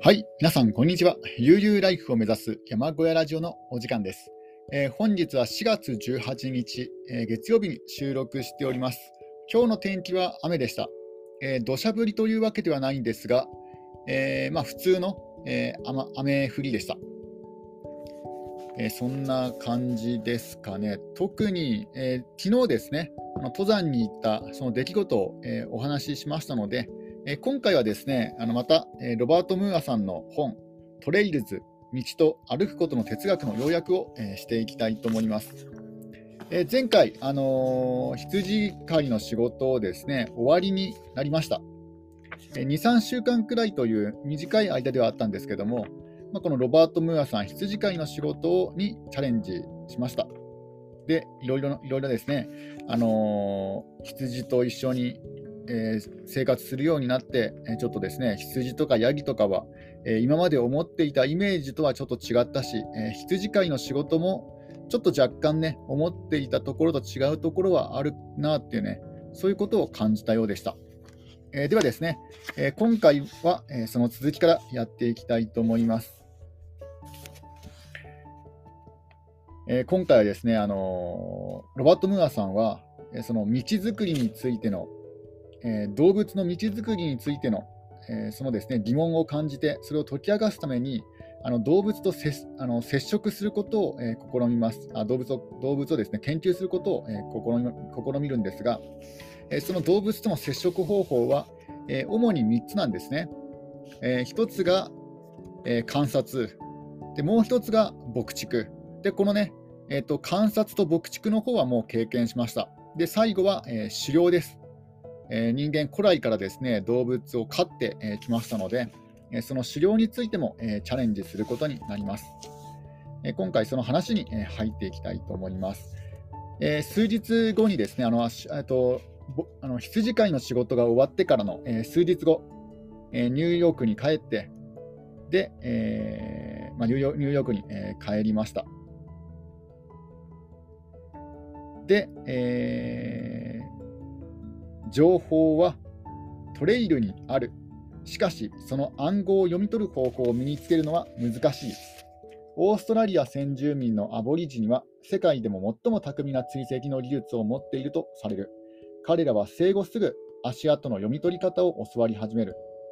はい、皆さん、こんにちは。悠々ライフを目指す山小屋ラジオのお時間です。本日は4月18日、月曜日に収録しております。今日の天気は雨でした。土砂降りというわけではないんですが、普通の、雨降りでした。そんな感じですかね。特に、昨日ですね、登山に行ったその出来事を、お話ししましたので、今回はですね、また、ロバート・ムーアさんの本、トレイルズ、道と歩くことの哲学の要約を、していきたいと思います。前回、羊飼いの仕事をですね、終わりになりました。2、3週間くらいという短い間ではあったんですけども、このロバート・ムーアさん、羊飼いの仕事にチャレンジしました。で、いろいろですね、羊と一緒に、生活するようになって、ちょっとですね、羊とかヤギとかは、今まで思っていたイメージとはちょっと違ったし、羊飼いの仕事もちょっと若干ね、思っていたところと違うところはあるなっていうね、そういうことを感じたようでした。ではですね、今回は、その続きからやっていきたいと思います。今回はですね、ロバート・ムーアさんは、その道作りについての、動物の道作りについての、そのですね、疑問を感じて、それを解き明かすために、動物と接触することを、試みます。動物をですね、研究することを、試みるんですが、その動物との接触方法は、主に3つなんですね。1つが、観察で、もう1つが牧畜で、このね、観察と牧畜の方はもう経験しました。で、最後は、狩猟です。人間古来からですね、動物を飼ってきましたので、その狩猟についても、チャレンジすることになります。今回その話に、入っていきたいと思います。数日後にですね、羊飼いの仕事が終わってからの、数日後、ニューヨークに帰って、で、ニューヨークに、帰りました。で、情報はトレイルにある。しかし、その暗号を読み取る方法を身につけるのは難しい。オーストラリア先住民のアボリジニは世界でも最も巧みな追跡の技術を持っているとされる。彼らは生後すぐ足跡の読み取り方を教わり始める。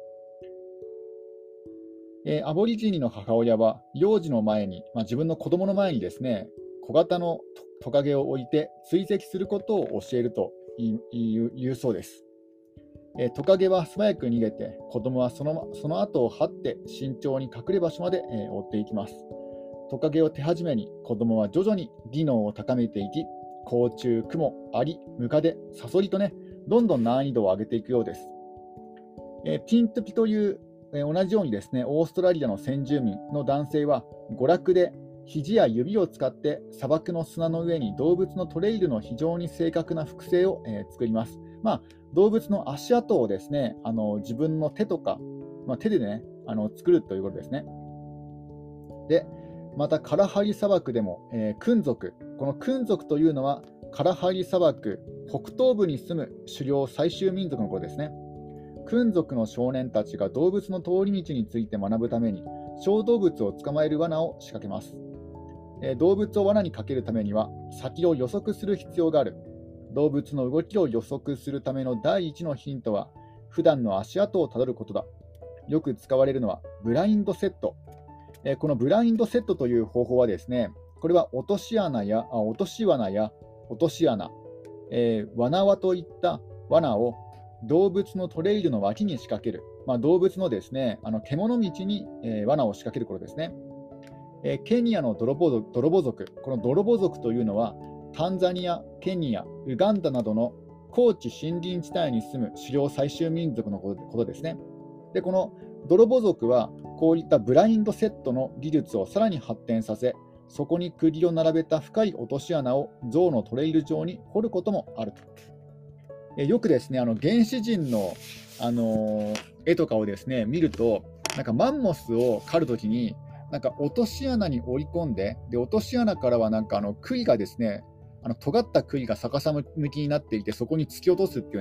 アボリジニの母親は幼児の前に、自分の子供の前にですね、小型のトカゲを置いて追跡することを教えると言うそうです。トカゲは素早く逃げて、子供はその後を這って慎重に隠れ場所まで、追っていきます。トカゲを手始めに子供は徐々に技能を高めていき、甲虫、クモ、アリ、ムカデ、サソリとね、どんどん難易度を上げていくようです。ピントピという、同じようにですね、オーストラリアの先住民の男性は娯楽で肘や指を使って砂漠の砂の上に動物のトレイルの非常に正確な複製を、作ります。動物の足跡をですね、自分の手とか、手でね、作るということですね。で、またカラハリ砂漠でも、クン族、このクン族というのはカラハリ砂漠北東部に住む狩猟採集民族のことですね。クン族の少年たちが動物の通り道について学ぶために小動物を捕まえる罠を仕掛けます。動物を罠にかけるためには先を予測する必要がある。動物の動きを予測するための第一のヒントは普段の足跡をたどることだ。よく使われるのはブラインドセット。このブラインドセットという方法はですね、これは落とし穴や落とし穴、罠輪といった罠を動物のトレイルの脇に仕掛ける。動物のですね、獣道に、罠を仕掛けることですね。ケニアの泥棒族、この泥棒族というのはタンザニア、ケニア、ウガンダなどの高地森林地帯に住む狩猟採集民族のことですね。で、この泥棒族はこういったブラインドセットの技術をさらに発展させ、そこに釘を並べた深い落とし穴を象のトレイル上に掘ることもあると。よくですね、原始人の、絵とかをですね見ると、なんかマンモスを狩るときになんか落とし穴に追い込んで、落とし穴からはなんか杭がですね、尖った杭が逆さ向きになっていて、そこに突き落とすっていうね、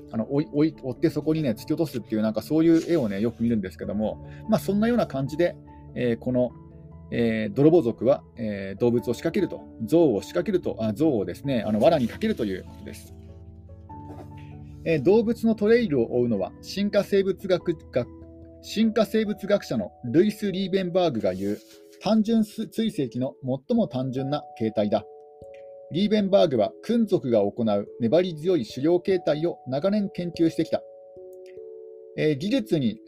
追ってそこにね、突き落とすっていう、なんかそういう絵をね、よく見るんですけども、そんなような感じで、この、泥棒族は、動物を仕掛けると、象を仕掛けると、象をですね、罠にかけるということです。動物のトレイルを追うのは進化生物学者のルイス・リーベンバーグが言う単純追跡の最も単純な形態だ。リーベンバーグは訓族が行う粘り強い狩猟形態を長年研究してきた。技術に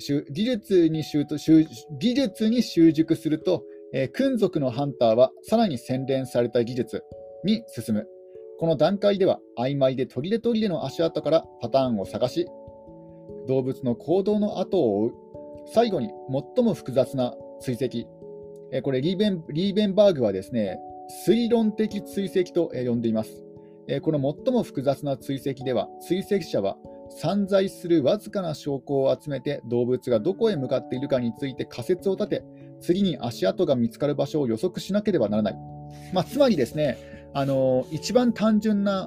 習熟すると、訓族のハンターはさらに洗練された技術に進む。この段階では曖昧で途切れ途切れの足跡からパターンを探し、動物の行動の後を追う。最後に最も複雑な追跡。これリーベンバーグはですね、推論的追跡と呼んでいます。この最も複雑な追跡では、追跡者は散在するわずかな証拠を集めて動物がどこへ向かっているかについて仮説を立て、次に足跡が見つかる場所を予測しなければならない。つまりですね、一番単純な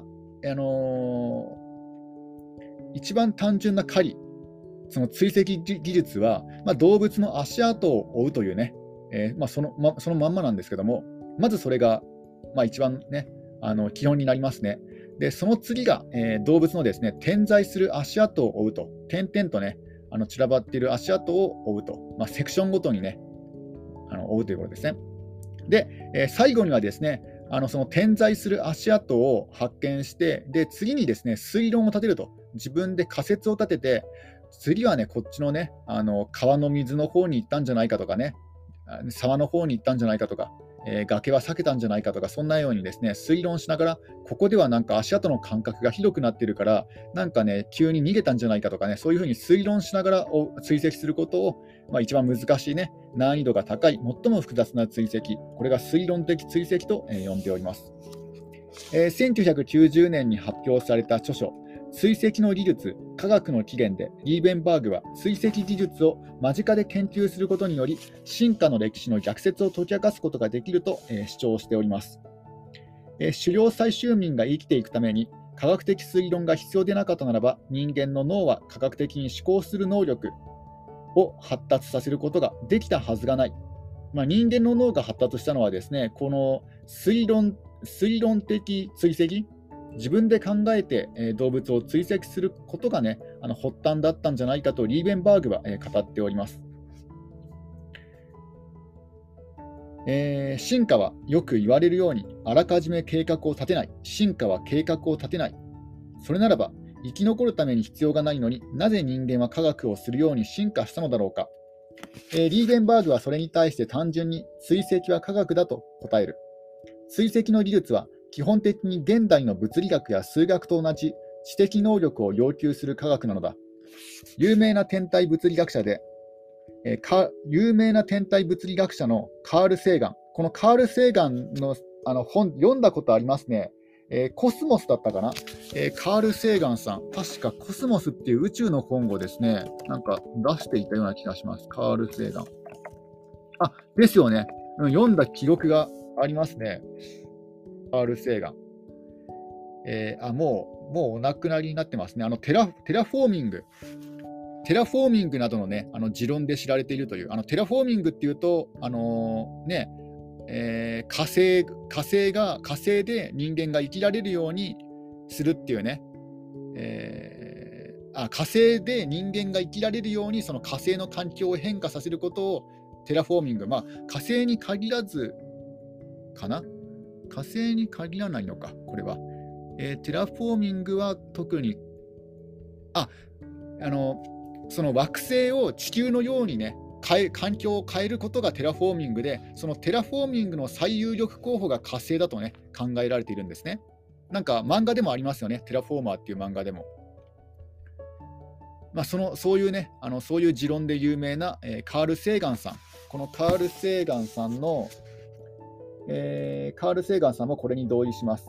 狩り、その追跡技術は、動物の足跡を追うというね、そのまんまなんですけども、まずそれが、一番ね、基本になりますね。で、その次が、動物のですね、点在する足跡を追うと、点々とね、散らばっている足跡を追うと、セクションごとにね、追うということですね。で、最後にはですね、その点在する足跡を発見して、で次にですね、推論を立てると、自分で仮説を立てて、次はね、こっちのね、川の水の方に行ったんじゃないかとかね、沢の方に行ったんじゃないかとか、崖は避けたんじゃないかとか、そんなようにですね、推論しながら、ここではなんか足跡の感覚がひどくなっているから、なんかね、急に逃げたんじゃないかとかね、そういうふうに推論しながら追跡することを、一番難しいね、難易度が高い、最も複雑な追跡、これが推論的追跡と呼んでおります。1990年に発表された著書、追跡の技術、科学の起源でリーベンバーグは追跡技術を間近で研究することにより進化の歴史の逆説を解き明かすことができると主張しております。狩猟採集民が生きていくために科学的推論が必要でなかったならば、人間の脳は科学的に思考する能力を発達させることができたはずがない。人間の脳が発達したのはですね、この推論的追跡、自分で考えて、動物を追跡することがね、発端だったんじゃないかとリーベンバーグは、語っております。進化はよく言われるようにあらかじめ計画を立てない。進化は計画を立てない。それならば生き残るために必要がないのに、なぜ人間は科学をするように進化したのだろうか。リーベンバーグはそれに対して単純に追跡は科学だと答える。追跡の技術は基本的に現代の物理学や数学と同じ知的能力を要求する科学なのだ。有名な天体物理学者のカール・セーガン。このカール・セーガンの、本読んだことありますね。コスモスだったかな、カール・セーガンさん。確かコスモスっていう宇宙の本をですね、なんか出していたような気がします。カール・セーガン。ですよね。読んだ記録がありますね。カール・セーガン。もうお亡くなりになってますね。テラフォーミングなどのね、持論で知られているという、テラフォーミングっていうと、火星で人間が生きられるようにするっていうね、火星で人間が生きられるように、その火星の環境を変化させることをテラフォーミング、火星に限らずかな、火星に限らないのか、これは。テラフォーミングは特に、その惑星を地球のようにね、環境を変えることがテラフォーミングで、そのテラフォーミングの最有力候補が火星だとね、考えられているんですね。なんか漫画でもありますよね、テラフォーマーっていう漫画でも。そういうね、そういう持論で有名な、カール・セーガンさん。このカール・セーガンさんもこれに同意します。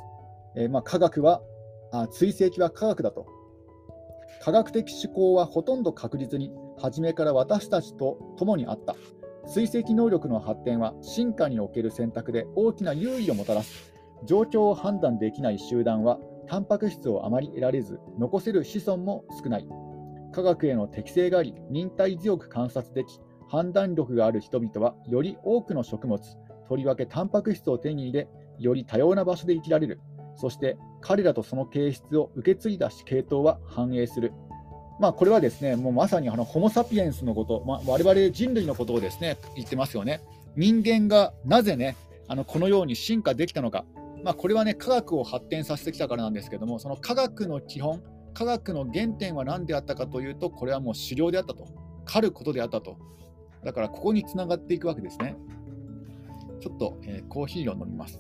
追跡は科学だと。科学的思考はほとんど確実に初めから私たちと共にあった。追跡能力の発展は進化における選択で大きな優位をもたらす。状況を判断できない集団はタンパク質をあまり得られず、残せる子孫も少ない。科学への適性があり、忍耐強く観察でき、判断力がある人々は、より多くの食物、とりわけタンパク質を手に入れ、より多様な場所で生きられる。そして、彼らとその形質を受け継いだ系統は繁栄する。これはですね、もうまさにホモ・サピエンスのこと、我々人類のことをですね、言ってますよね。人間がなぜね、このように進化できたのか。これはね、科学を発展させてきたからなんですけども、その科学の基本、科学の原点は何であったかというと、これはもう狩猟であったと。狩ることであったと。だから、ここにつながっていくわけですね。ちょっと、コーヒーを飲みます。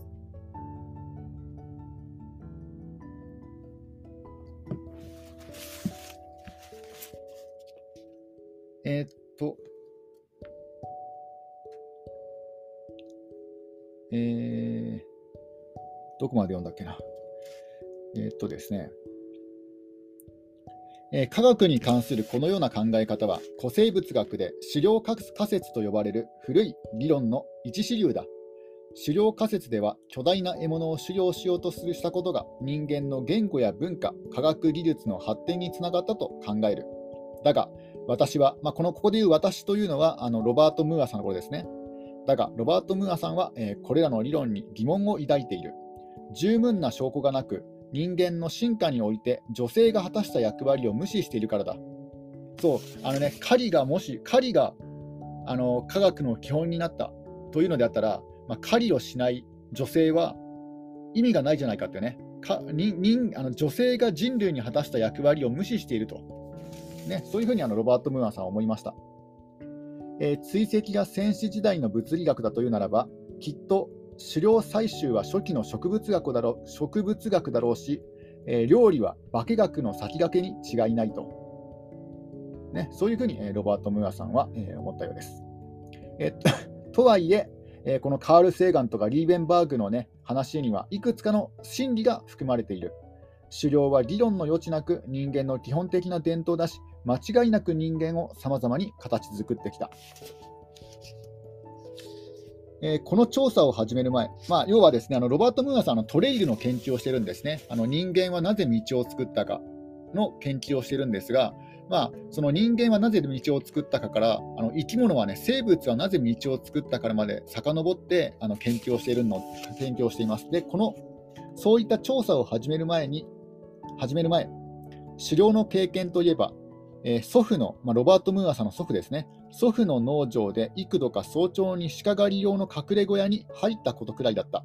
どこまで読んだっけな。ですね、科学に関するこのような考え方は、古生物学で狩猟仮説と呼ばれる古い理論の一支流だ。狩猟仮説では、巨大な獲物を狩猟しようとしたことが人間の言語や文化、科学技術の発展につながったと考える。だが、私は、ここでいう私というのはロバート・ムーアさんのことですね。だが、ロバート・ムーアさんは、これらの理論に疑問を抱いている。十分な証拠がなく、人間の進化において女性が果たした役割を無視しているからだ。そう、狩りが科学の基本になったというのであったら、狩りをしない女性は意味がないじゃないかってね。女性が人類に果たした役割を無視していると。そういうふうにロバート・ムーアさんは思いました。追跡が先史時代の物理学だというならば、きっと狩猟採集は初期の植物学だろうし、料理は化学の先駆けに違いないと、そういうふうにロバート・ムーアさんは思ったようです。とはいえ、このカール・セーガンとかリーベンバーグの、話にはいくつかの真理が含まれている。狩猟は理論の余地なく人間の基本的な伝統だし、間違いなく人間をさまざまに形作ってきた。この調査を始める前、要はですね、ロバート・ムーアさんトレイルの研究をしてるんですね。人間はなぜ道を作ったかの研究をしてるんですが、その人間はなぜ道を作ったかから、生き物はね、生物はなぜ道を作ったからまで遡って研究をしています。で、そういった調査を始める前、狩猟の経験といえば、祖父の、ロバート・ムーアさんの祖父ですね。祖父の農場で幾度か早朝に鹿狩り用の隠れ小屋に入ったことくらいだった。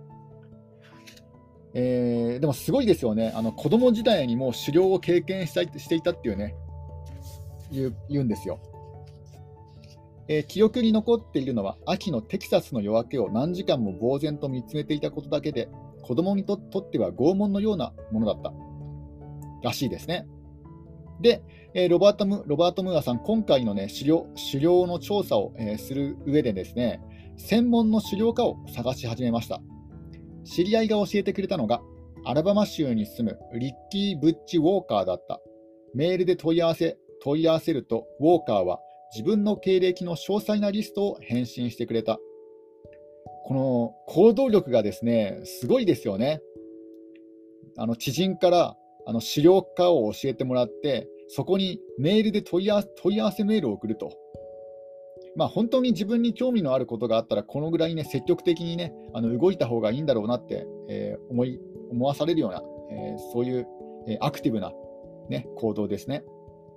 でもすごいですよね。子供時代にもう狩猟を経験していたっていうね、言うんですよ。記憶に残っているのは、秋のテキサスの夜明けを何時間も呆然と見つめていたことだけで、子供にとっては拷問のようなものだったらしいですね。で、ロバート・ムーアさん、今回の、狩猟の調査を、する上でですね、専門の狩猟家を探し始めました。知り合いが教えてくれたのが、アラバマ州に住むリッキー・ブッチ・ウォーカーだった。メールで問い合わせると、ウォーカーは自分の経歴の詳細なリストを返信してくれた。この行動力がですね、すごいですよね。知人から狩猟家を教えてもらって、そこにメールで問い合わせメールを送ると。本当に自分に興味のあることがあったら、このぐらいね、積極的にね、動いた方がいいんだろうなって、思わされるような、そういう、アクティブな、行動ですね。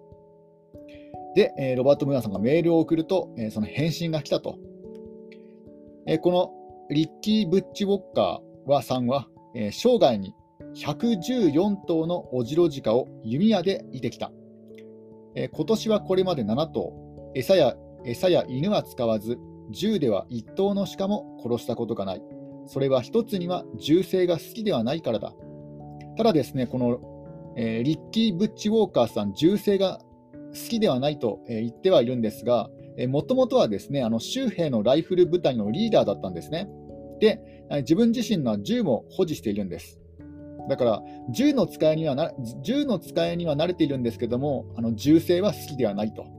で、ロバート・ムーアさんがメールを送ると、その返信が来たと。このリッキー・ブッチ・ウォッカーさんは、生涯に114頭のオジロジカを弓矢で射てきた。今年はこれまで7頭、餌や犬は使わず、銃では1頭の鹿も殺したことがない。それは一つには銃声が好きではないからだ。ただですね、この、リッキー・ブッチ・ウォーカーさん、銃声が好きではないと、言ってはいるんですが、もともとはですね、州兵のライフル部隊のリーダーだったんですね。で、自分自身の銃も保持しているんです。だから銃の使いには慣れているんですけども、銃声は好きではないと。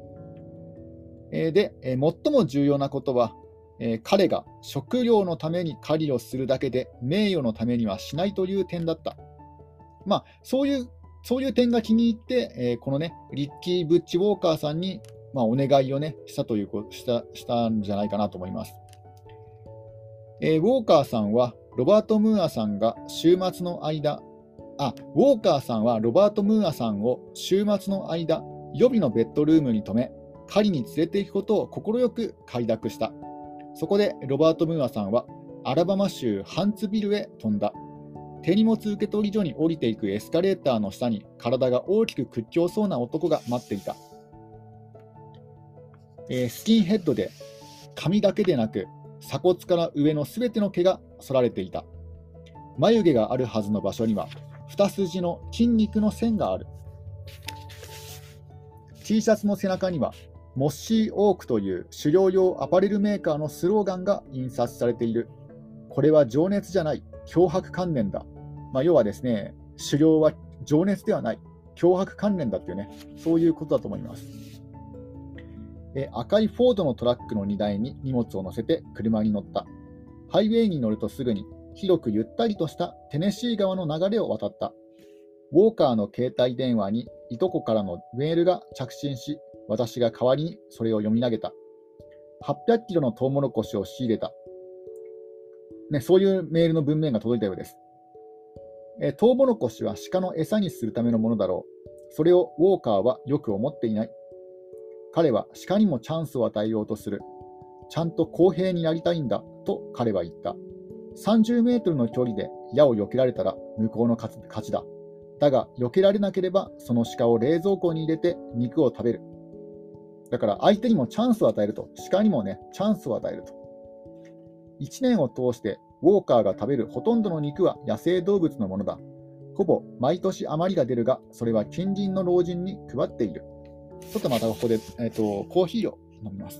で、最も重要なことは、彼が食料のために狩りをするだけで名誉のためにはしないという点だった。 そういう点が気に入って、このね、リッキー・ブッチ・ウォーカーさんに、お願いをね、したんじゃないかなと思います。ウォーカーさんはロバート・ムーアさんが週末の間、ウォーカーさんはロバート・ムーアさんを週末の間、予備のベッドルームに泊め、狩りに連れて行くことを快く快諾した。そこでロバート・ムーアさんはアラバマ州ハンツビルへ飛んだ。手荷物受け取り所に降りていくエスカレーターの下に体が大きく屈強そうな男が待っていた。スキンヘッドで髪だけでなく鎖骨から上のすべての毛が剃られていた。眉毛があるはずの場所には二筋の筋肉の線がある。T シャツの背中にはモッシーオークという狩猟用アパレルメーカーのスローガンが印刷されている。これは情熱じゃない、脅迫観念だ。要はですね、狩猟は情熱ではない、脅迫観念だっていうね、そういうことだと思います。赤いフォードのトラックの荷台に荷物を乗せて車に乗った。ハイウェイに乗るとすぐに広くゆったりとしたテネシー川の流れを渡った。ウォーカーの携帯電話にいとこからのメールが着信し、私が代わりにそれを読み上げた。800キロのトウモロコシを仕入れた。そういうメールの文面が届いたようです。トウモロコシは鹿の餌にするためのものだろう。それをウォーカーはよく思っていない。彼は鹿にもチャンスを与えようとする。ちゃんと公平になりたいんだと彼は言った。30メートルの距離で矢を避けられたら向こうの勝ちだ。だが避けられなければその鹿を冷蔵庫に入れて肉を食べる。だから相手にもチャンスを与えると。鹿にもね、チャンスを与えると。1年を通してウォーカーが食べるほとんどの肉は野生動物のものだ。ほぼ毎年余りが出るが、それは近隣の老人に配っている。ちょっとまたここで、コーヒーを飲みます。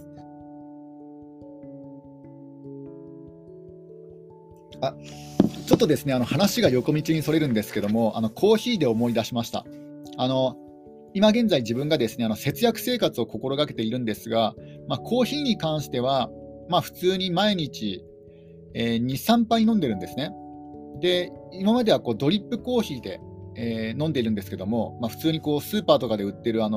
ちょっとですね、話が横道にそれるんですけども、コーヒーで思い出しました。今現在自分がですね、節約生活を心がけているんですが、コーヒーに関しては、普通に毎日、2、3杯飲んでるんですね。で、今まではドリップコーヒーで、飲んでいるんですけども、普通にスーパーとかで売ってる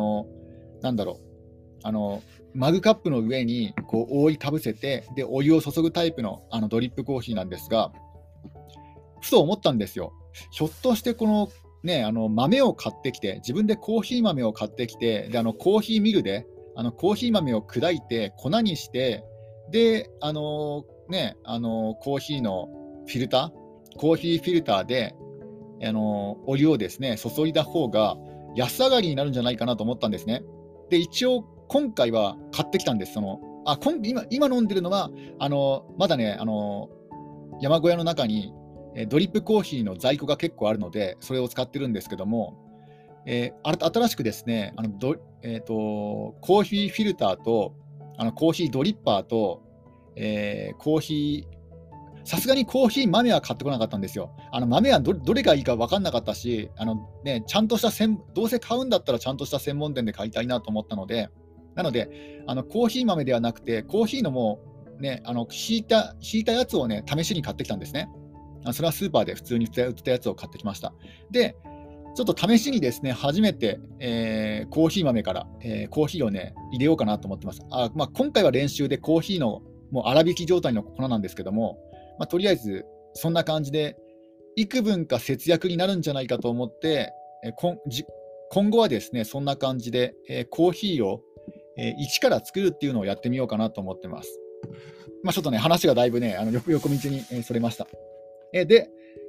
マグカップの上に覆いかぶせて、でお湯を注ぐタイプの、ドリップコーヒーなんですが、ふと思ったんですよ。ひょっとしてこの、豆を買ってきて、自分でコーヒー豆を買ってきて、でコーヒーミルでコーヒー豆を砕いて粉にして、でコーヒーのフィルター、コーヒーフィルターでお湯をですね注いだ方が安上がりになるんじゃないかなと思ったんですね。で一応今回は買ってきたんです。今飲んでるのはまだね山小屋の中にドリップコーヒーの在庫が結構あるので、それを使ってるんですけども、新しくですねコーヒーフィルターとコーヒードリッパーと、コーヒーさすがにコーヒー豆は買ってこなかったんですよ。豆はどれがいいか分かんなかったし、ちゃんとしたどうせ買うんだったらちゃんとした専門店で買いたいなと思ったので、なのでコーヒー豆ではなくて、コーヒーのもう、ひいたやつをね、試しに買ってきたんですね。それはスーパーで普通に売ってたやつを買ってきました。で、ちょっと試しにですね、初めて、コーヒー豆から、コーヒーをね、入れようかなと思ってます。今回は練習でコーヒーのもう粗挽き状態の粉なんですけども、とりあえずそんな感じで幾分か節約になるんじゃないかと思って、今後はですねそんな感じで、コーヒーを、一から作るっていうのをやってみようかなと思ってます。ちょっとね話がだいぶね横道に、それました。で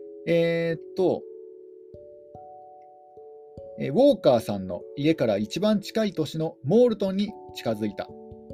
ウォーカーさんの家から一番近い都市のモールトンに近づいた。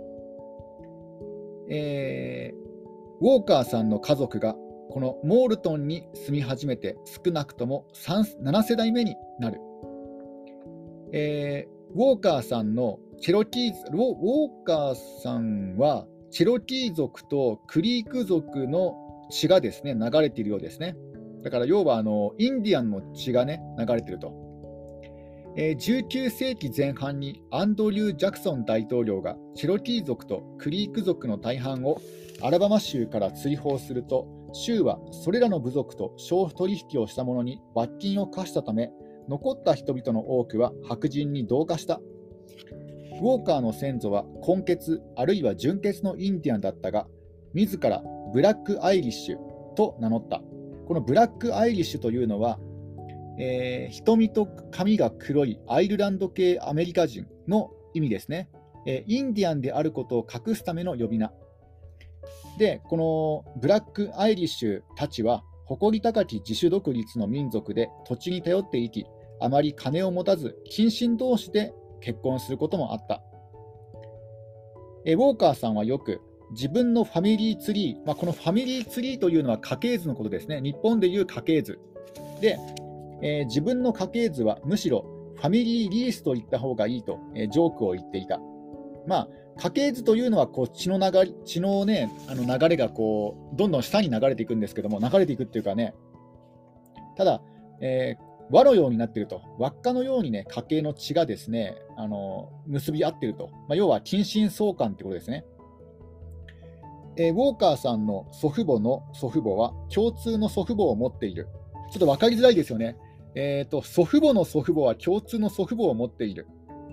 ウォーカーさんの家族がこのモールトンに住み始めて少なくとも7世代目になる。ウォーカーさんのウォーカーさんはチェロキー族とクリーク族の血がですね流れているようですね。だから要はインディアンの血がね流れていると。19世紀前半にアンドリュー・ジャクソン大統領がチェロキー族とクリーク族の大半をアラバマ州から追放すると、 州はそれらの部族と商取引をした者に罰金を課したため、残った人々の多くは白人に同化した。ウォーカーの先祖は混血あるいは純血のインディアンだったが、自らブラックアイリッシュと名乗った。このブラックアイリッシュというのは、瞳と髪が黒いアイルランド系アメリカ人の意味ですね。インディアンであることを隠すための呼び名で、このブラックアイリッシュたちは誇り高き自主独立の民族で土地に頼って生き、あまり金を持たず近親同士で結婚することもあった。ウォーカーさんはよく自分のファミリーツリー、このファミリーツリーというのは家系図のことですね。日本でいう家系図で、自分の家系図はむしろファミリーリースと言った方がいいと、ジョークを言っていた。家系図というのはこう血の流れ、ね、流れがこうどんどん下に流れていくんですけども、流れていくっていうかね、ただ、輪のようになっていると、輪っかのようにね、家系の血がですね、結び合っていると、要は近親相関ということですね。ウォーカーさんの祖父母の祖父母は共通の祖父母を持っている。ちょっと分かりづらいですよね。祖父母の祖父母は共通の祖父母を持っている。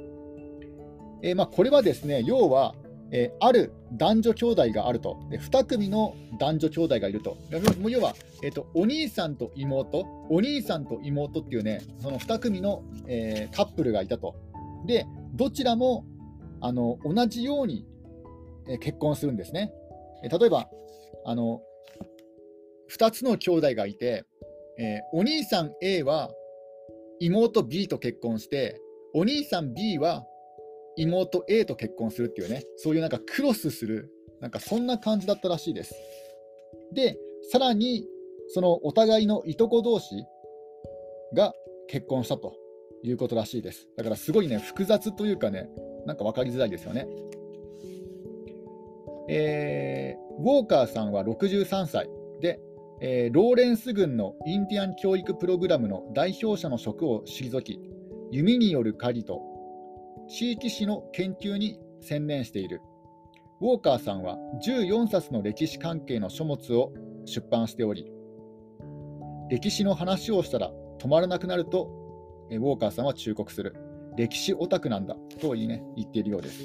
これはですね、要は、ある男女兄弟があると、2組の男女兄弟がいると、要は、お兄さんと妹っていうね、その2組の、カップルがいたと。で、どちらも同じように、結婚するんですね。例えば2つの兄弟がいて、お兄さん A は妹 B と結婚して、お兄さん B は妹 A と結婚するっていうね、そういうなんかクロスする、なんかそんな感じだったらしいです。で、さらにそのお互いのいとこ同士が結婚したということらしいです。だからすごいね、複雑というかね、なんか分かりづらいですよね。ウォーカーさんは63歳で、ローレンス軍のインディアン教育プログラムの代表者の職を退き、弓による狩りと地域史の研究に専念している。ウォーカーさんは14冊の歴史関係の書物を出版しており、歴史の話をしたら止まらなくなるとウォーカーさんは忠告する。歴史オタクなんだと言っているようです。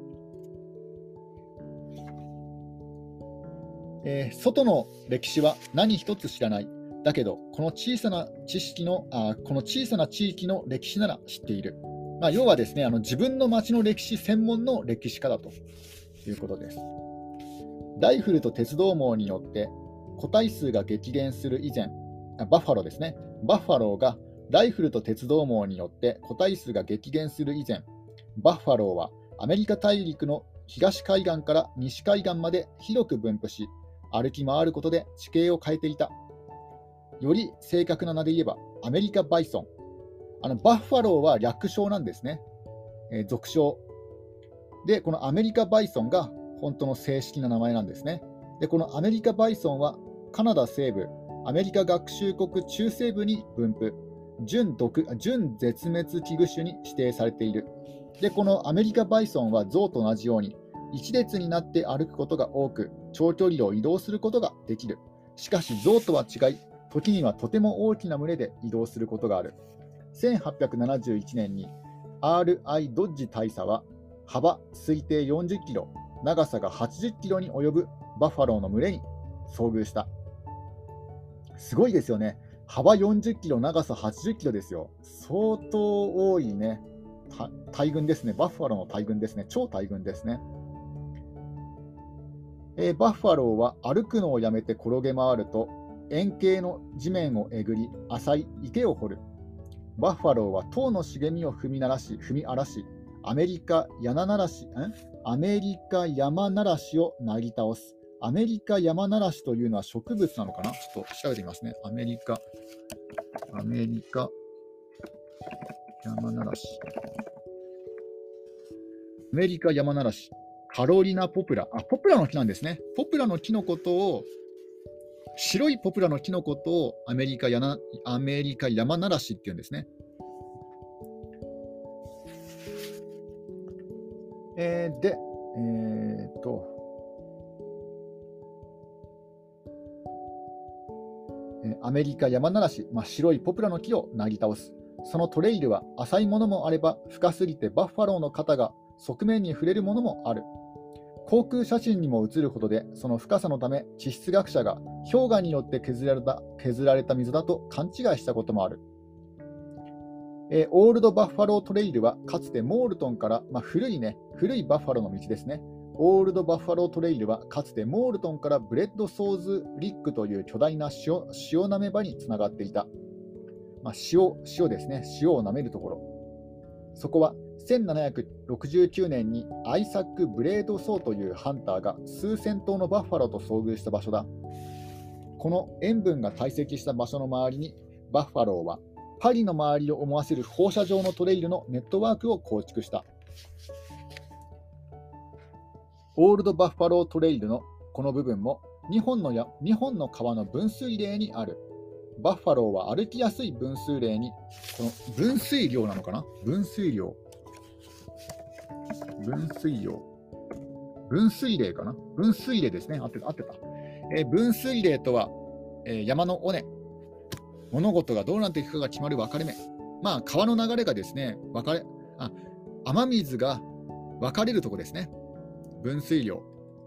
外の歴史は何一つ知らない。だけど、この小さな地域の歴史なら知っている。要はですね、自分の町の歴史専門の歴史家だということです。ライフルと鉄道網によって個体数が激減する以前、バッファローですね。バッファローがライフルと鉄道網によって個体数が激減する以前、バッファローはアメリカ大陸の東海岸から西海岸まで広く分布し、歩き回ることで地形を変えていた。より正確な名で言えばアメリカバイソン。バッファローは略称なんですね。俗称。で、このアメリカバイソンが本当の正式な名前なんですね。で、このアメリカバイソンはカナダ西部、アメリカ合衆国中西部に分布。準絶滅危惧種に指定されている。で、このアメリカバイソンはゾウと同じように一列になって歩くことが多く、長距離を移動することができる。しかし、ゾウとは違い、時にはとても大きな群れで移動することがある。1871年に R.I. ドッジ大佐は、幅推定40キロ、長さが80キロに及ぶバッファローの群れに遭遇した。すごいですよね。幅40キロ、長さ80キロですよ。相当多いね。大群ですね。バッファローの大群ですね。超大群ですね。バッファローは歩くのをやめて転げ回ると、円形の地面をえぐり、浅い池を掘る。バッファローは塔の茂みを踏み荒らし、アメリカ山ならしをなぎ倒す。アメリカ山ならしというのは植物なのかな。ちょっと調べてみますね。アメリカ山ならし。アメリカ山ならし。カロリナポプラ。ポプラの木なんですね。ポプラの木のことを、白いポプラの木のことをアメリカ山ならしっていうんですね。 アメリカ山ならし、白いポプラの木をなぎ倒す。そのトレイルは浅いものもあれば、深すぎてバッファローの肩が側面に触れるものもある。航空写真にも写るほどで、その深さのため地質学者が氷河によって削られた溝だと勘違いしたこともある。オールドバッファロートレイルはかつてモールトンから、古いバッファローの道ですね。オールドバッファロートレイルはかつてモールトンからブレッドソーズリックという巨大な塩なめ場につながっていた。塩ですね。塩をなめるところ。そこは1769年にアイサック・ブレードソーというハンターが数千頭のバッファローと遭遇した場所だ。この塩分が堆積した場所の周りにバッファローはパリの周りを思わせる放射状のトレイルのネットワークを構築した。オールドバッファロートレイルのこの部分も2本の川の分水嶺にある。バッファローは歩きやすい分水嶺に、この分水量なのかな、分水嶺かな、分水嶺ですね。合ってた。分水嶺とは、山の尾根、物事がどうなっていくかが決まる分かれ目。川の流れがですね、雨水が分かれるところですね。分水量。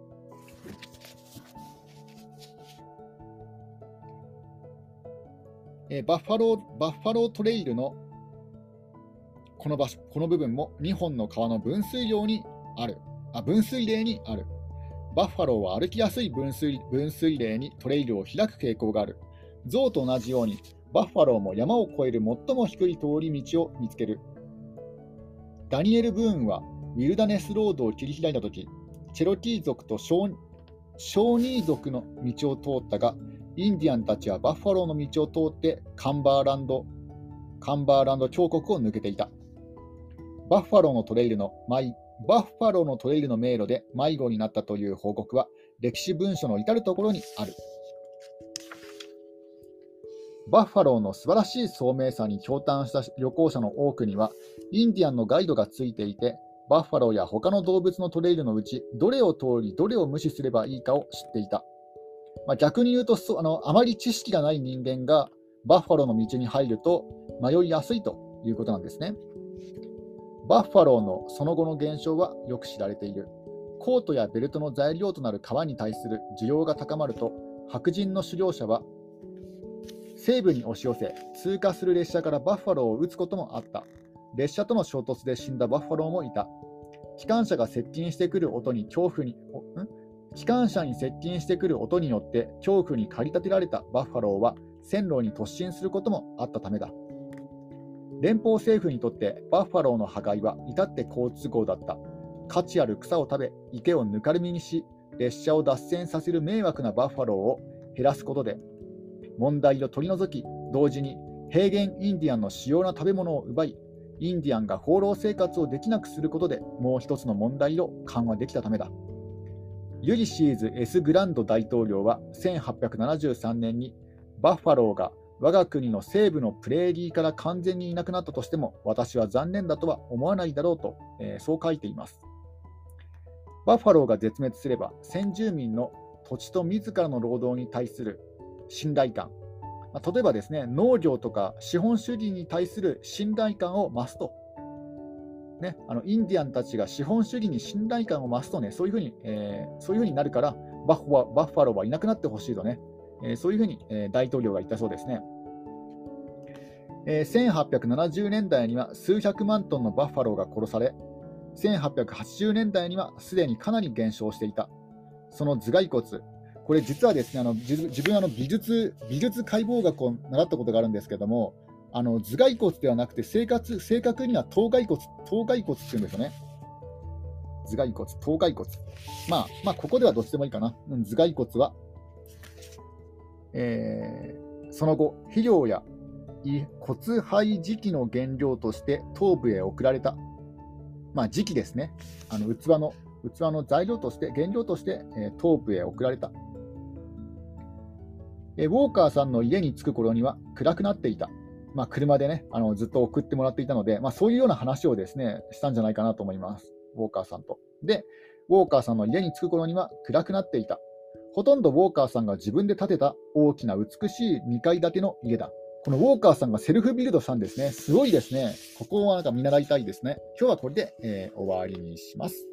バッファロートレイルのこの部分も2本の川の分水嶺にある。バッファローは歩きやすい分水嶺にトレイルを開く傾向がある。ゾウと同じようにバッファローも山を越える最も低い通り道を見つける。ダニエル・ブーンはウィルダネスロードを切り開いたとき、チェロキー族とショーニー族の道を通ったが、インディアンたちはバッファローの道を通ってカンバーランド峡谷を抜けていた。バッファローのトレイルの迷路で迷子になったという報告は歴史文書の至るところにある。バッファローの素晴らしい聡明さに驚嘆した旅行者の多くにはインディアンのガイドがついていて、バッファローや他の動物のトレイルのうちどれを通りどれを無視すればいいかを知っていた。逆に言うとあまり知識がない人間がバッファローの道に入ると迷いやすいということなんですね。バッファローのその後の減少はよく知られている。コートやベルトの材料となる革に対する需要が高まると、白人の狩猟者は西部に押し寄せ、通過する列車からバッファローを撃つこともあった。列車との衝突で死んだバッファローもいた。機関車に接近してくる音によって恐怖に駆り立てられたバッファローは線路に突進することもあったためだ。連邦政府にとってバッファローの破壊は至って好都合だった。価値ある草を食べ、池をぬかるみにし、列車を脱線させる迷惑なバッファローを減らすことで問題を取り除き、同時に平原インディアンの主要な食べ物を奪い、インディアンが放浪生活をできなくすることでもう一つの問題を緩和できたためだ。ユリシーズ・ S ・グランド大統領は1873年にバッファローが我が国の西部のプレーリーから完全にいなくなったとしても私は残念だとは思わないだろうと、そう書いています。バッファローが絶滅すれば先住民の土地と自らの労働に対する信頼感、例えばですね、農業とか資本主義に対する信頼感を増すと、インディアンたちが資本主義に信頼感を増すとね、そういうふうになるからバッファローはいなくなってほしいとね、そういうふうに、大統領が言ったそうですね。1870年代には数百万トンのバッファローが殺され、1880年代にはすでにかなり減少していた。その頭蓋骨、これ実はですね、自分美術解剖学を習ったことがあるんですけども、頭蓋骨ではなくて正確には頭蓋骨っていうんですよね。頭蓋骨。ここではどっちでもいいかな。頭蓋骨は、その後、肥料や骨灰磁器の原料として頭部へ送られた。磁器ですね。器の原料として、頭部へ送られた。ウォーカーさんの家に着く頃には暗くなっていた。車でね、ずっと送ってもらっていたので、そういうような話をですね、したんじゃないかなと思います。ウォーカーさんと。で、ウォーカーさんの家に着く頃には暗くなっていた。 ほとんどウォーカーさんが自分で建てた大きな美しい2階建ての家だ。このウォーカーさんがセルフビルドさんですね。すごいですね。ここはなんか見習いたいですね。今日はこれで、終わりにします。